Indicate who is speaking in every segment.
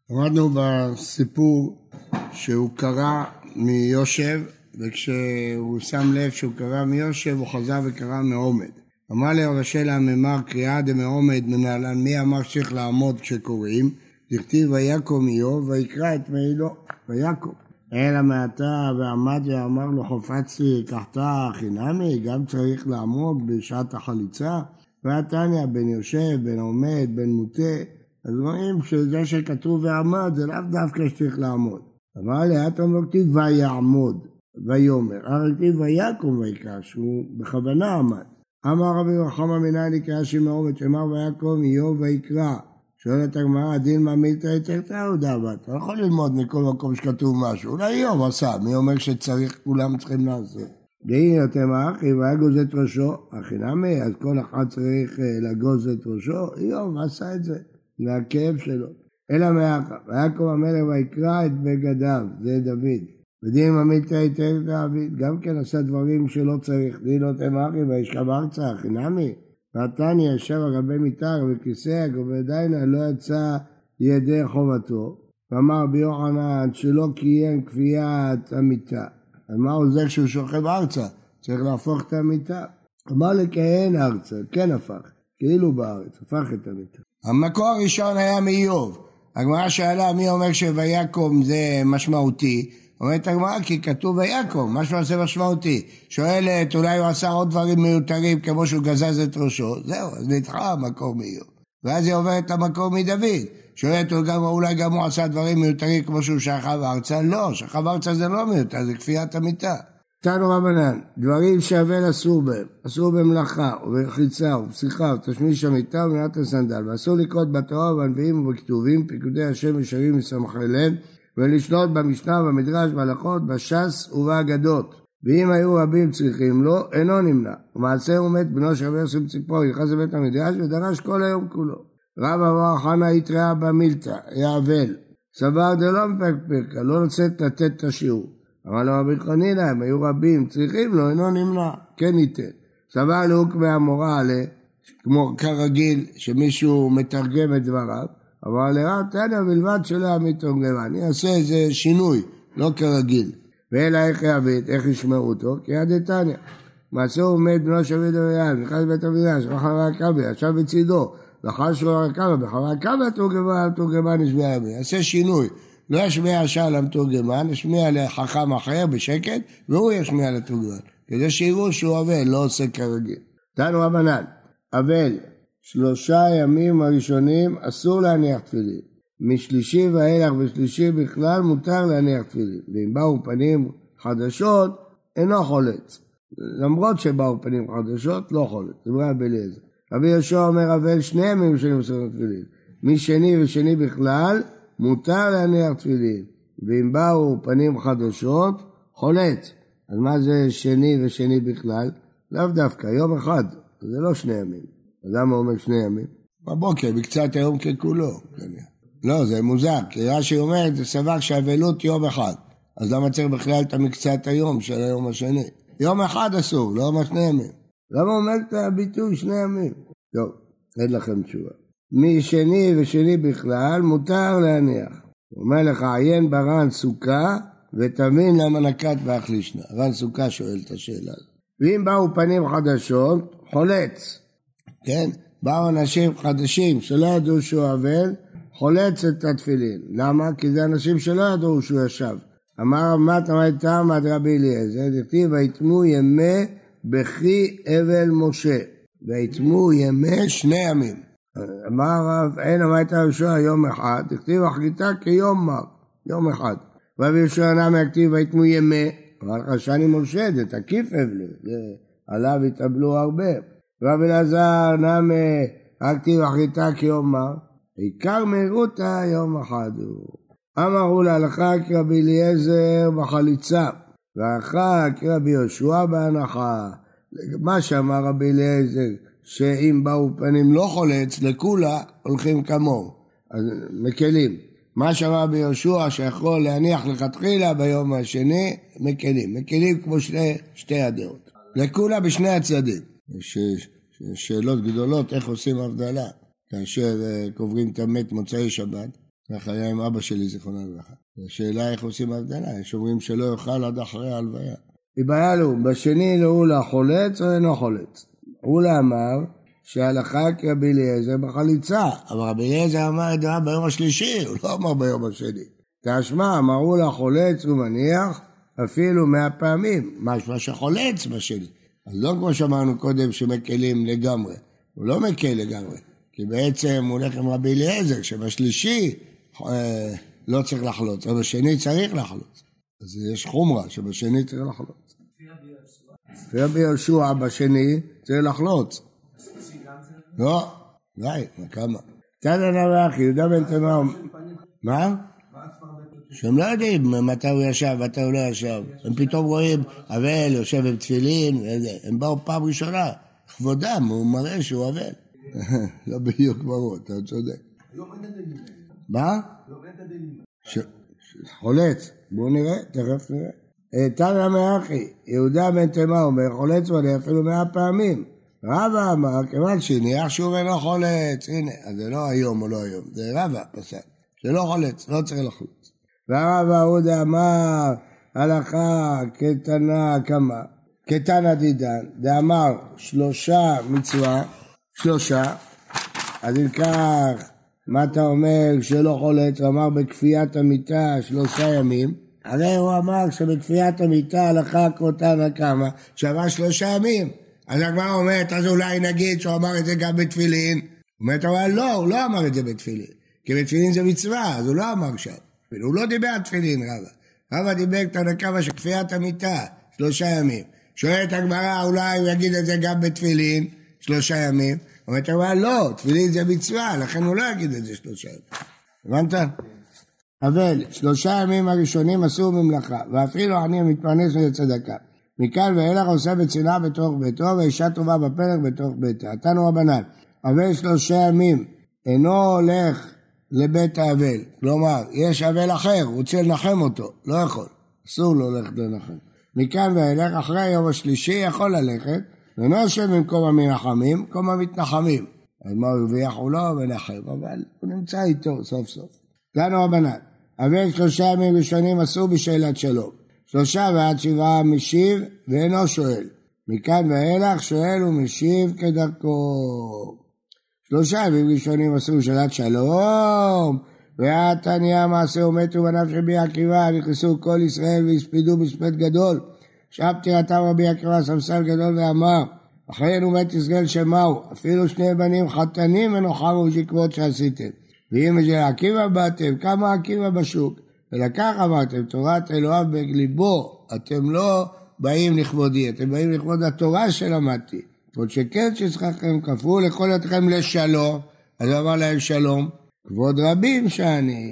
Speaker 1: למדנו בסיפור שהוא קרא מיושב, וכשהוא שם לב שהוא קרא מיושב הוא חזר וקרא מעומד. אמר לרש"י הממר קריאה דמעומד מנהלן, מי אמר שצריך לעמוד כשקוראים? דכתיב ויקום איוב ויקרא את מעילו ויקום. אלא מעתה ועמד ואמר לו חפצתי קחתה חינמי, גם צריך לעמוד בשעת החליצה. והתניא בין יושב, בין עומד, בין מוטה, אז רואים שזה שכתוב ועמד זה לאו דווקא שצריך לעמוד. אבל לאטום לא כתיב ויעמוד ויאמר, אבל כתיב ויקום ויקרא, שהוא בכוונה עמד. אמר רבי יוחנן מנין יקרא שמעומד, שאמר ויקום איוב ויקרא. שואלת הגמרא, הדין ממילתא יתרתא או דאבת? אתה לא יכול ללמוד מכל מקום שכתוב משהו, אולי איוב עשה, מי אומר שצריך, כולם צריכים לעשות. דהי יותר מאחי ויגוז את ראשו, החינמי, אז כל אחד צריך לגוז את ראשו, איוב עשה את זה, מהכאב שלו. אלא מאחר, ויקום המלך ויקרא את בגדיו, זה דוד. ודין ממילתא יתרתא דוד, גם כן עשה דברים שלא צריך, דהי לא תמאחי וישכב ארצה, החינמי. והתניא ישב על גבי מיטה וכיסא ובידיינה לא יצא ידי חובתו, ואמר רבי יוחנן שלא קיים כפיית המיטה. אמר הוא זה שהוא שוכב ארצה, צריך להפוך את המיטה. אמר לקהן ארצה, כן הפך, כאילו בארץ, הפך את המיטה. המקור הראשון היה מאיוב. הגמרא שאלה מי אומר שויקום זה משמעותי, אומרת הגמרא כי כתוב ויקום, משהו זה משמעותי. שואלת אולי הוא עשה עוד דברים מיותרים כמו שהוא גזז את ראשו, זהו, אז נדחה המקור מאיוב. ואז היא עוברת למקור מדוד. שואלת אולי גם הוא עשה דברים מיותרים כמו שהוא שכב ארצה, לא, שכב ארצה זה לא מיותר, זה כפיית המיטה. תנו רבנן, דברים שאבל אסור בהם, אסור במלאכה ובחיצה ובשיחה ובתשמיש המיטה ומניעת הסנדל, ואסור לקרוא בתורה ובנביאים ובכתובים, פיקודי השם ישרים מסמכי לב, ולשלוט במשנה, במדרש, בהלכות, בש"ס ובאגדות. ואם היו רבים צריכים לו, אינו נמנע. ומעשה הוא מת בנו של רבי יוסף ציפורי, נכנס לבית המדרש ודרש כל היום כולו. רב אמר חנא התראה במילתא, יאבל. סבר דלא מפקפק, לא רוצת לתת את השיעור. אמר לו רבי חנינא, אם היו רבים צריכים לו, אינו נמנע, כן ייתן. סבר להוק מהמורה עלה, כמו כרגיל שמישהו מתרגם את דבריו, אבל לרב תניא בלבד שלא יעמיד תורגמן, אני אעשה איזה שינוי, לא כרגיל. ואלא איך יעביד, איך ישמעו אותו? כי יד תניא. מעשה הוא מת בנו של דוד אוריין, נכנס לבית המדרש, בחרי הקבי, ישב בצידו, לחש לו הרכבה, בחרי הקבי התורגמן ישמיע ימי. יעשה שינוי, לא ישמיע השעה למתורגמן, ישמיע לחכם אחר בשקט, והוא ישמיע לתורגמן. כדי שיראו שהוא אבל, לא עושה כרגיל. תנו רבנן, אבל 3 ימים הראשונים אסור להניח תפילין. משלישי ואילך ושלישי בכלל מותר להניח תפילין. ואם באו פנים חדשות, אינו חולץ. למרות שבאו פנים חדשות, לא חולץ. זה ברב אליעזר. רבי יהושע אומר אבל 2 ימים ראשונים אסור להניח תפילין. משני ושני בכלל, מותר להניח תפילין. ואם באו פנים חדשות, חולץ. אז מה זה שני ושני בכלל? לאו דווקא, יום אחד. זה לא 2 ימים. למה אומר 2 ימים? בבוקר, בקצת היום ככולו. לא, זה מוזר, כי רש"י אומר, זה סבר שהאבלות יום אחד. אז למה צריך בכלל את המקצת היום של היום השני? יום אחד אסור, לא אומר 2 ימים. למה אומר את הביטוי 2 ימים? טוב, אין לכם תשובה. משני ושני בכלל מותר להניח. הוא אומר לך, עיין ברן סוכה ותבין למה נקט בהחלישנה. רן סוכה שואל את השאלה. ואם באו פנים חדשות, חולץ. כן? באו אנשים חדשים שלא ידעו שהוא אבל, חולץ את התפילין. למה? כי זה אנשים שלא ידעו שהוא ישב. אמר מת המייתה עד רבי אליעזר, דכתיב ויתמו ימי בכי אבל משה. ויתמו ימי 2 ימים. אמר רב, אין המייתה יהושע יום אחד, דכתיב החליטה כיום מר, יום אחד. רבי יהושע נמי הכתיב ויתמו ימי, אבל חשני משה, זה תקיף אבל, עליו התאבלו הרבה. רבי אלעזר נמי הכתיב החליטה כיום מר, עיקר מהירותה יום אחד הוא. אמרו להלכה כרבי אליעזר בחליצה, ואחר כרבי יהושע בהנחה. מה שאמר רבי אליעזר, שאם באו פנים לא חולץ, לכולה הולכים כמוהו, אז מקלים. מה שאמר רבי יהושע שיכול להניח לכתחילה ביום השני, מקלים כמו שתי הדעות. לכולה בשני הצדדים. יש שאלות גדולות איך עושים הבדלה. כאשר קוברים את המת מוצאי שבת, כך היה עם אבא שלי זיכרונו לברכה. השאלה איך עושים הבדלה, יש אומרים שלא יאכל עד אחרי ההלוויה. ובעיה לו, בשני לעולה חולץ או אינו חולץ? עולה אמר שההלכה כרבי אליעזר בחליצה, אבל רבי אליעזר אמר את זה ביום השלישי, הוא לא אמר ביום השני. תשמע, אמרו לה חולץ ומניח אפילו 100 פעמים, משמע שחולץ בשני. אז לא כמו שאמרנו קודם שמקלים לגמרי, הוא לא מקל לגמרי, כי בעצם הוא הולך עם רבי אליעזר, שבשלישי לא צריך לחלוץ, אבל בשני צריך לחלוץ. אז יש חומרה שבשני צריך לחלוץ. לפי רבי יהושע בשני צריך לחלוץ. לא, די, כמה? תנא נמי יהודה בן תימא. מה? שהם לא יודעים מתי הוא ישב, מתי הוא לא ישב. הם פתאום רואים, אבל יושב עם תפילין, הם באו פעם ראשונה. כבודם, הוא מראה שהוא אבל. לא בדיוק ברור, אתה צודק.
Speaker 2: היום אין הדלים.
Speaker 1: מה?
Speaker 2: היום אין הדלים.
Speaker 1: חולץ, בואו נראה, תכף נראה. תנא נמי יהודה בן תימא אומר, חולץ ואני אפילו 100 פעמים. רבא אמר, כיוון שהניח שהוא אינו חולץ, הנה, אז זה לא היום או לא היום, זה רבא פסק, שלא חולץ, לא צריך לחלוץ. והרבא עודה אמר, הלכה כתנא כמה, כתנא דידן, דאמר 3 מצווה, 3, אז אם כך, מה אתה אומר שלא חולץ, הוא אמר בכפיית המיטה 3 ימים, הרי הוא אמר שבכפיית המיטה הלכה כתנא כמה, שווה 3 ימים. אז הגמרא אומרת, אז אולי נגיד שהוא אמר את זה גם בתפילין. אומרת, אבל לא, הוא לא אמר את זה בתפילין. כי בתפילין זה מצווה, אז הוא לא אמר שם. הוא לא דיבר על תפילין, רבא. רבא דיבר תנא קמא שכפיית המיטה, 3 ימים. שואלת הגמרא, אולי הוא יגיד את זה גם בתפילין, 3 ימים. אומרת, אבל לא, תפילין זה מצווה, לכן הוא לא יגיד את זה 3 ימים. הבנת? אבל 3 ימים הראשונים עשו במלאכה, ואפילו אני מתפרנס לצדקה. מכאן ואילך עושה בצנעה בתוך ביתו, ואישה טובה בפלג בתוך ביתה. תנו רבנן, אבל 3 ימים אינו הולך לבית האבל. כלומר, יש אבל אחר, הוא רוצה לנחם אותו, לא יכול. אסור לו ללכת לנחם. מכאן ואילך, אחרי היום השלישי, יכול ללכת, ואינו יושב במקום המנחמים, במקום המתנחמים. אז מה הוא הרוויח? הוא לא מנחם, אבל הוא נמצא איתו סוף סוף. תנו רבנן, אבל 3 ימים ראשונים עשו בשאלת שלום. 3 ועד 7 משיב ואינו שואל. מכאן ואילך שואל ומשיב כדרכו. 3 ימים ראשונים עשו שאלת שלום. והתניא מעשה ומתו בניו של רבי עקיבא, נכנסו כל ישראל והספידו מספד גדול. שעה פטירתם רבי עקיבא סמסל גדול ואמר, אחרינו מת ישראל שמעו, אפילו 2 בנים חתנים ונוחמו בשקבות שעשיתם. ואם את עקיבא באתם, כמה עקיבא בשוק? ולקח אמרתם, תורת אלוהיו בליבו, אתם לא באים לכבודי, אתם באים לכבוד התורה שלמדתי. עוד שכן ששכרכם כפו לכל אתכם לשלום, אז הוא אמר להם שלום, כבוד רבים שאני.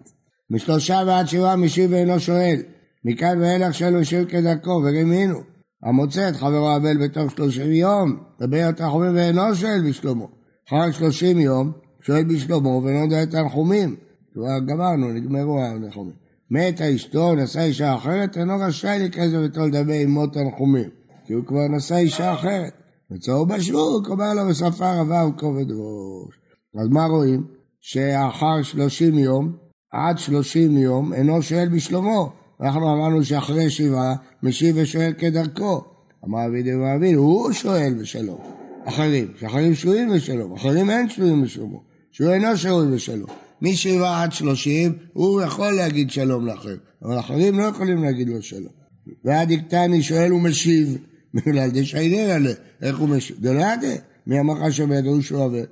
Speaker 1: 3 ועד 7 משיב ואינו שואל, מכאן ואילך שאלו ישיב כדרכו ורמינו. המוצא את חברו אבל בתוך 30 יום, דבר תנחומים ואינו שואל בשלומו. אחר 30 יום, שואל בשלומו ואינו דעת תנחומים. כבר גמרנו, נגמרו הנחומים. מתה אשתו, נשא אישה אחרת, אינו רשאי להיכנס לביתו לדבר עם מות תנחומים, כי הוא כבר נשא אישה אחרת. מצאו בשוק, אומר לו בשפה רבה וכובד ראש. אז מה רואים? שאחר 30 יום, עד 30 יום, אינו שואל בשלומו. אנחנו אמרנו שאחרי 7, משיב ושואל כדרכו. אמר אבידי ואבידי, הוא שואל בשלום. אחרים, שאחרים שואלים בשלום, אחרים אין שואלים בשלומו. שהוא אינו שואל בשלום. מ7 עד 30, הוא יכול להגיד שלום לכם, אבל אחרים לא יכולים להגיד לו שלום. ועד יקטני שואל ומשיב, בגלל דשעינר עליה, איך הוא משיב? דלעדה, מי אמר שבידו שהוא עבר.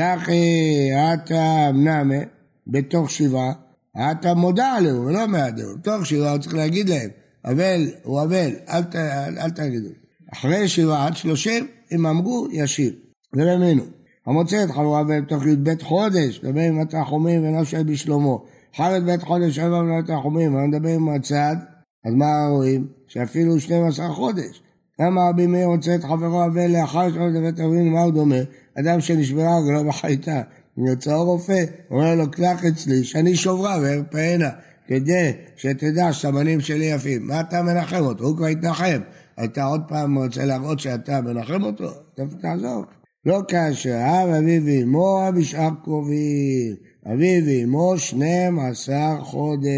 Speaker 1: יחי, אתה מנמה, בתוך 7, אתה מודע עליהו, ולא מעדהו, בתוך 7 הוא צריך להגיד להם, אבל, הוא אבל, אל תגידו. אחרי 7 עד 30, אם אמרו, ישיב. ולמינו. המוצא את חברו אבל בתוך י"ב חודש, מדבר עם התנחומים ואינו שואל בשלומו. אחר י"ב חודש שואל עם התנחומים, ואני מדבר עם הצד, אז מה רואים? שאפילו 12 חודש. למה רבי מאיר מוצא את חברו אבל לאחר שלו לבית אבינו, מה הוא דומה? אדם שנשברה רגלו בחייתה, יוצא רופא, אומר לו, קלח אצלי, שאני שוברה והרפאנה, כדי שתדע שהמנים שלי יפים. מה אתה מנחם אותו? הוא כבר התנחם. אתה עוד פעם רוצה להראות שאתה מנחם אותו? תעזוב. לא כאשר אב אביו ואמו בשאר קרובים, אביו ואמו 12 חודש.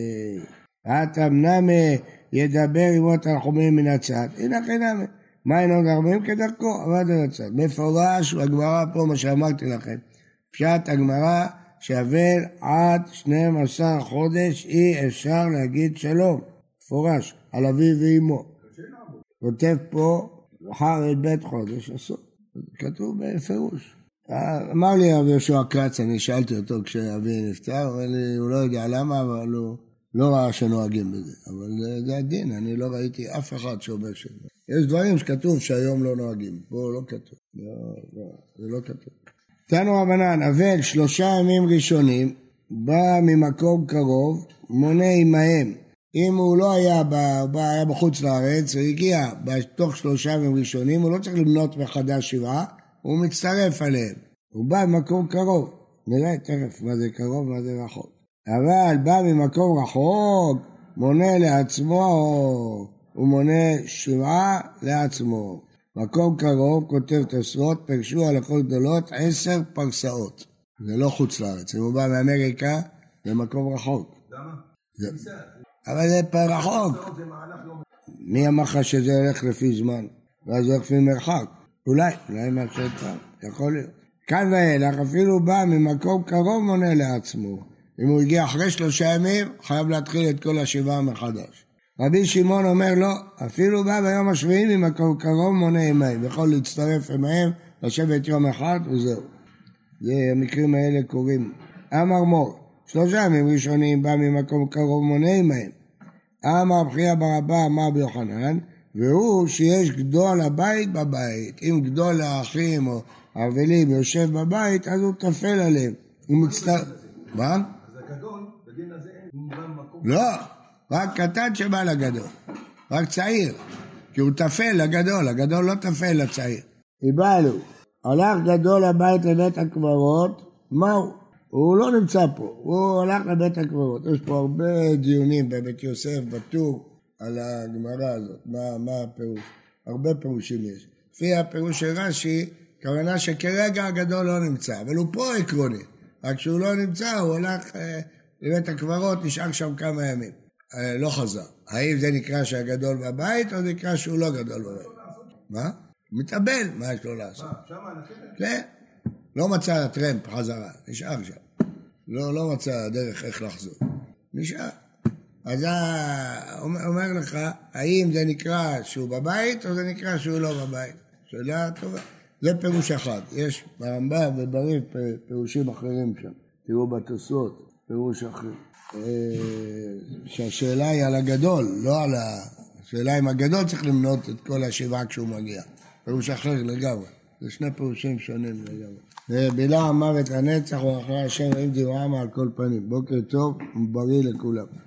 Speaker 1: התמנמה ידבר עמו תנחומים מן הצד. הנה חינם. מה אינו תנחומים כדרכו? עמד על הצד. מפורש הגמרא פה מה שאמרתי לכם. פשט הגמרא שאבל עד 12 חודש אי אפשר להגיד שלום. מפורש. על אביו ואמו. כותב פה אחר את בית חודש אסור. כתוב בפירוש. אמר לי רבי יהושע כץ, אני שאלתי אותו כשאבי נפטר, אמר לי, הוא לא יודע למה, אבל הוא לא ראה שנוהגים בזה. אבל זה הדין, אני לא ראיתי אף אחד שאומר שזה. יש דברים שכתוב שהיום לא נוהגים, פה לא כתוב. זה לא כתוב. תנו רבנן, אבל 3 ימים ראשונים, בא ממקום קרוב, מונה עמהם. אם הוא לא היה, היה בחוץ לארץ, הוא הגיע בתוך 3 ימים ראשונים, הוא לא צריך למנות מחדש 7, הוא מצטרף עליהם. הוא בא ממקום קרוב. נראה תכף מה זה קרוב, מה זה רחוק. אבל בא ממקום רחוק, מונה לעצמו, הוא מונה 7 לעצמו. מקום קרוב, כותב תוספות, פרשו הלכות גדולות 10 פרסאות. זה לא חוץ לארץ. אם הוא בא מאמריקה, זה מקום רחוק. למה? אבל זה רחוק. מי אמר לך שזה הולך לפי זמן? ואז זה הולך לפי מרחק. אולי מהשטח, יכול להיות. כאן ואילך אפילו בא ממקום קרוב מונה לעצמו. אם הוא הגיע אחרי 3 ימים, חייב להתחיל את כל 7 מחדש. רבי שמעון אומר לא, אפילו בא ביום השביעי ממקום קרוב מונה עמהם. יכול להצטרף עמהם, לשבת יום אחד וזהו. זה המקרים האלה קוראים. אמר מור, 3 ימים ראשונים בא ממקום קרוב מונה עמהם. אמר בחייא ברבא אמר ביוחנן, והוא שיש גדול הבית בבית. אם גדול האחים או האבלים יושב בבית, אז הוא תפל עליהם. הוא מצטרף. מה?
Speaker 2: אז הגדול, בדין הזה הוא גם מקום...
Speaker 1: לא, רק קטן שבא לגדול. רק צעיר. כי הוא תפל לגדול, הגדול לא תפל לצעיר. איבאלו, הלך גדול הבית לבית הקברות, מהו? הוא לא נמצא פה, הוא הלך לבית הקברות. יש פה הרבה דיונים בבית יוסף, בטור, על הגמרא הזאת, מה הפירוש? הרבה פירושים יש. לפי הפירוש של רש"י, כוונה שכרגע הגדול לא נמצא, אבל הוא פה עקרוני. רק שהוא לא נמצא, הוא הלך לבית הקברות, נשאר שם כמה ימים. לא חזר. האם זה נקרא שהגדול בבית, או נקרא שהוא לא גדול בבית? מה? מתאבל, מה יש לו לעשות? כן. לא מצא הטרמפ חזרה, נשאר שם. לא מצא דרך איך לחזור. נשאר. אז אומר לך, האם זה נקרא שהוא בבית, או זה נקרא שהוא לא בבית? שאלה טובה. זה פירוש אחד. יש ברמב"ם ובריף פירושים אחרים שם. תראו בתוספות, פירוש אחר. שהשאלה היא על הגדול, לא על השאלה אם הגדול צריך למנות את כל 7 כשהוא מגיע. פירוש אחר לגמרי. זה 2 פירושים שונים לגמרי. בילה המוות הנצח ואחרי השם רואים דבעם על כל פנים. בוקר טוב ובריא לכולם.